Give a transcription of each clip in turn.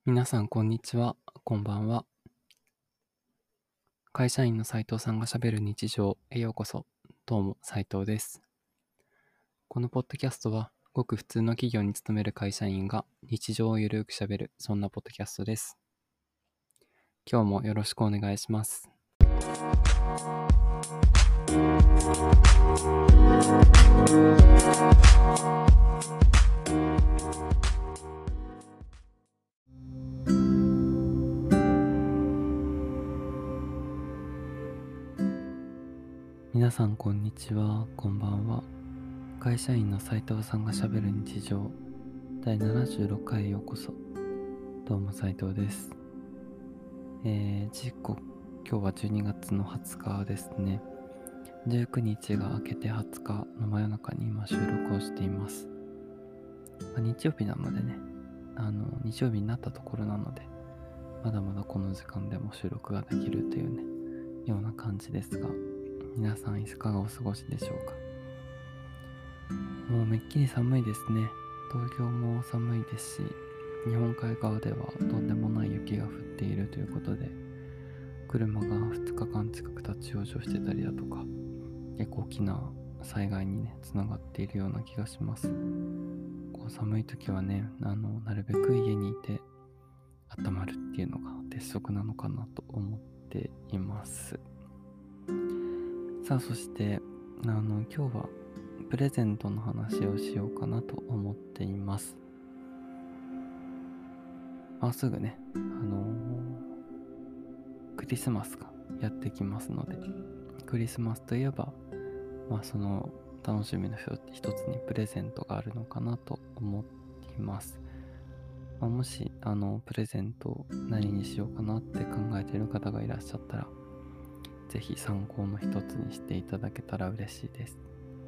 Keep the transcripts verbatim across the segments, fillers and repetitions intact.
皆さんこんにちは、こんばんは。会社員の斉藤さんがしゃべる日常へようこそ。どうも斉藤です。このポッドキャストはごく普通の企業に勤める会社員が日常をゆるくしゃべる、そんなポッドキャストです。今日もよろしくお願いします。皆さんこんにちは、こんばんは。会社員の斉藤さんがしゃべる日常だいななじゅうろっかいへようこそ。どうも斉藤です。えー、時刻今日はじゅうにがつのはつかですね。じゅうくにちが明けてはつかの真夜中に今収録をしています。まあ、日曜日なのでね、あの日曜日になったところなので、まだまだこの時間でも収録ができるというね、ような感じですが、皆さんいかがお過ごしでしょうか。もうめっきり寒いですね。東京も寒いですし、日本海側ではとんでもない雪が降っているということで、車がふつかかん近く立ち往生してたりだとか、結構大きな災害にね、つながっているような気がします。こう寒い時はね、あの、なるべく家にいて温まるっていうのが鉄則なのかなと思っています。さあ、そして、あの、今日はプレゼントの話をしようかなと思っています。もうすぐね、あのー、クリスマスがやってきますので、クリスマスといえば、まあその楽しみの一つにプレゼントがあるのかなと思っています。まあ、もしあのプレゼントを何にしようかなって考えている方がいらっしゃったら、ぜひ参考の一つにしていただけたら嬉しいです。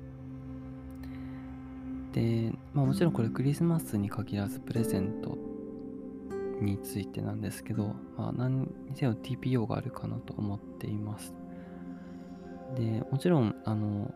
で、まあもちろんこれクリスマスに限らずプレゼントについてなんですけど、まあ何にせよ ティーピーオー があるかなと思っています。で、もちろんあの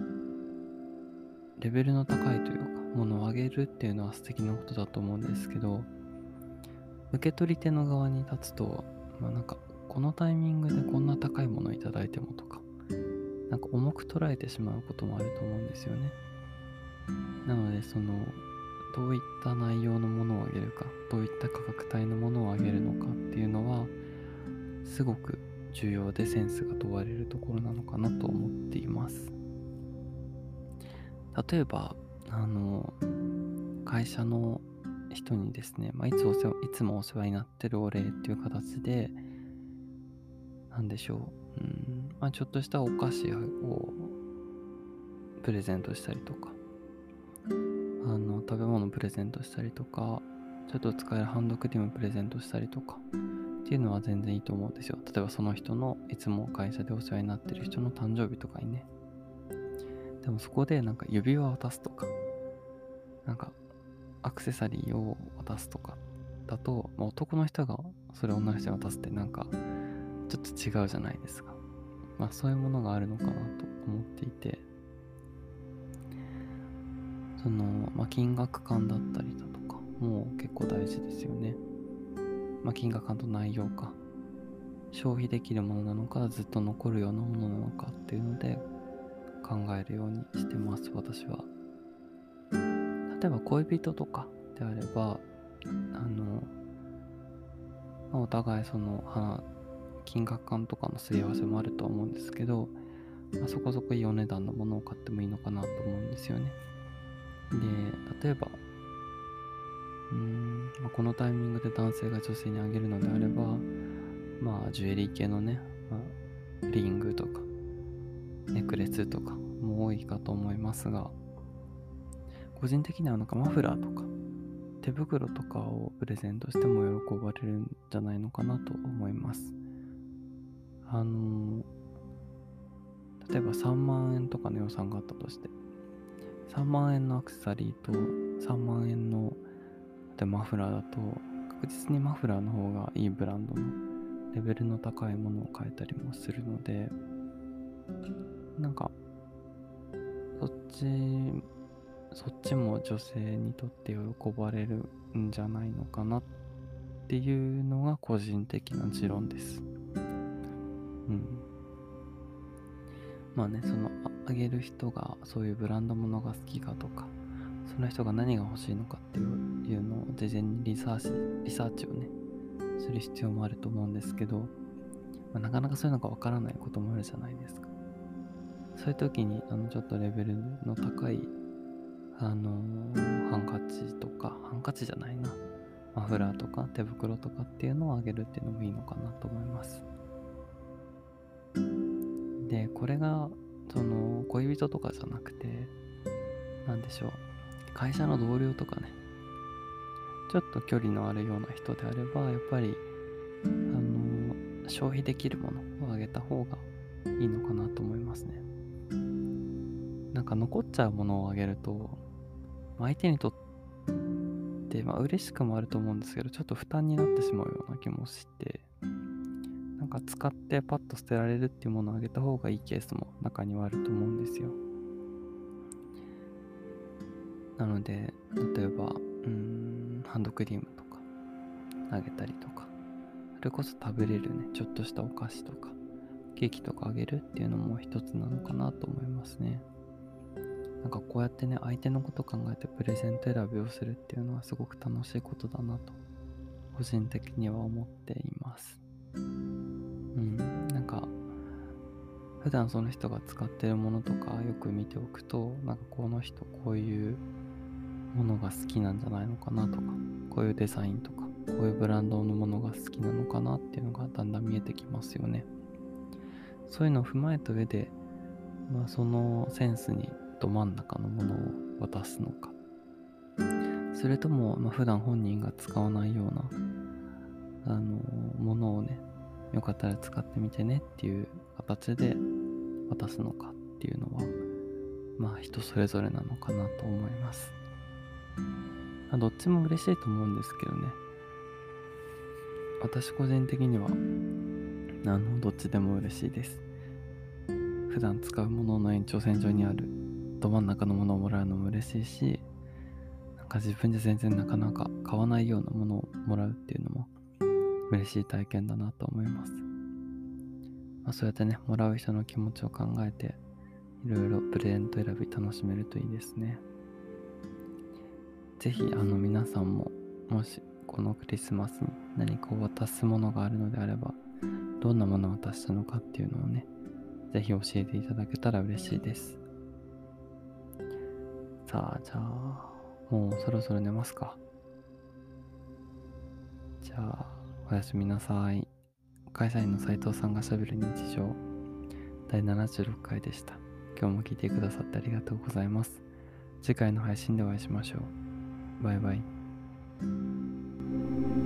レベルの高いというか、ものをあげるっていうのは素敵なことだと思うんですけど、受け取り手の側に立つと、まあなんか、このタイミングでこんな高いものをいただいてもとか、なんか重く捉えてしまうこともあると思うんですよね。なので、その、どういった内容のものをあげるか、どういった価格帯のものをあげるのかっていうのは、すごく重要でセンスが問われるところなのかなと思っています。例えば、あの、会社の人にですね、まあ、いつお世話、いつもお世話になってるお礼っていう形で、なんでしょう、うん、まあ、ちょっとしたお菓子をプレゼントしたりとか、あの、食べ物プレゼントしたりとか、ちょっと使えるハンドクリームプレゼントしたりとか、っていうのは全然いいと思うんですよ。例えばその人の、いつも会社でお世話になってる人の誕生日とかにね。でもそこでなんか指輪を渡すとか、なんかアクセサリーを渡すとかだと、まあ、男の人がそれを女の人に渡すってなんかちょっと違うじゃないですか。まあそういうものがあるのかなと思っていて、その、まあ、金額感だったりだとかもう結構大事ですよね。まあ金額感と内容か。消費できるものなのかずっと残るようなものなのかっていうので考えるようにしてます、私は。例えば恋人とかであれば、あの、まあ、お互いその金額感とかのすり合わせもあるとは思うんですけど、まあ、そこそこいいお値段のものを買ってもいいのかなと思うんですよね。で、例えば、うーん、まあ、このタイミングで男性が女性にあげるのであれば、まあ、ジュエリー系のね、まあ、リングとか、ネックレスとかも多いかと思いますが、個人的にはなんかマフラーとか、手袋とかをプレゼントしても喜ばれるんじゃないのかなと思います。あのー、例えばさんまんえんとかの予算があったとして、さんまんえんのアクセサリーとさんまんえんのマフラーだと、確実にマフラーの方がいいブランドのレベルの高いものを買えたりもするので、なんか、そっち、そっちも女性にとって喜ばれるんじゃないのかなっていうのが個人的な持論です。うん。まあね、そのあげる人がそういうブランド物が好きかとか、その人が何が欲しいのかっていうのを事前にリサーチリサーチをねする必要もあると思うんですけど、まあ、なかなかそういうのがわからないこともあるじゃないですか。そういう時にあのちょっとレベルの高いあのーハンカチとか、ハンカチじゃないな、マフラーとか手袋とかっていうのをあげるっていうのもいいのかなと思います。で、これがその恋人とかじゃなくて、なんでしょう、会社の同僚とかね、ちょっと距離のあるような人であれば、やっぱりあのー消費できるものをあげた方がいいのかなと思いますね。なんか残っちゃうものをあげると、相手にとって、まあ嬉しくもあると思うんですけど、ちょっと負担になってしまうような気もして、なんか使ってパッと捨てられるっていうものをあげた方がいいケースも中にはあると思うんですよ。なので、例えば、うーん、ハンドクリームとかあげたりとか、それこそ食べれるね、ちょっとしたお菓子とか、ケーキとかあげるっていうのも一つなのかなと思いますね。なんかこうやってね、相手のこと考えてプレゼント選びをするっていうのはすごく楽しいことだなと、個人的には思っています。うん、なんか、普段その人が使ってるものとかよく見ておくと、なんかこの人こういうものが好きなんじゃないのかなとか、こういうデザインとか、こういうブランドのものが好きなのかなっていうのがだんだん見えてきますよね。そういうのを踏まえた上で、まあ、そのセンスにど真ん中のものを渡すのか、それとも、まあ、普段本人が使わないようなあのものをね、よかったら使ってみてねっていう形で渡すのかっていうのは、まあ人それぞれなのかなと思います。まあ、どっちも嬉しいと思うんですけどね。私個人的にはあのどっちでも嬉しいです。普段使うものの延長線上にあるど真ん中のものをもらうのも嬉しいし、なんか自分で全然なかなか買わないようなものをもらうっていうのも嬉しい体験だなと思います。まあ、そうやってね、もらう人の気持ちを考えて、いろいろプレゼント選び楽しめるといいですね。ぜひ、あの皆さんも、もしこのクリスマスに何かを渡すものがあるのであれば、どんなものを渡したのかっていうのをね、ぜひ教えていただけたら嬉しいです。さあ、じゃあ、もうそろそろ寝ますか。じゃあ、おやすみなさい。会社員の斉藤さんがしゃべる日常だいななじゅうろっかいでした。今日も聞いてくださってありがとうございます。次回の配信でお会いしましょう。バイバイ。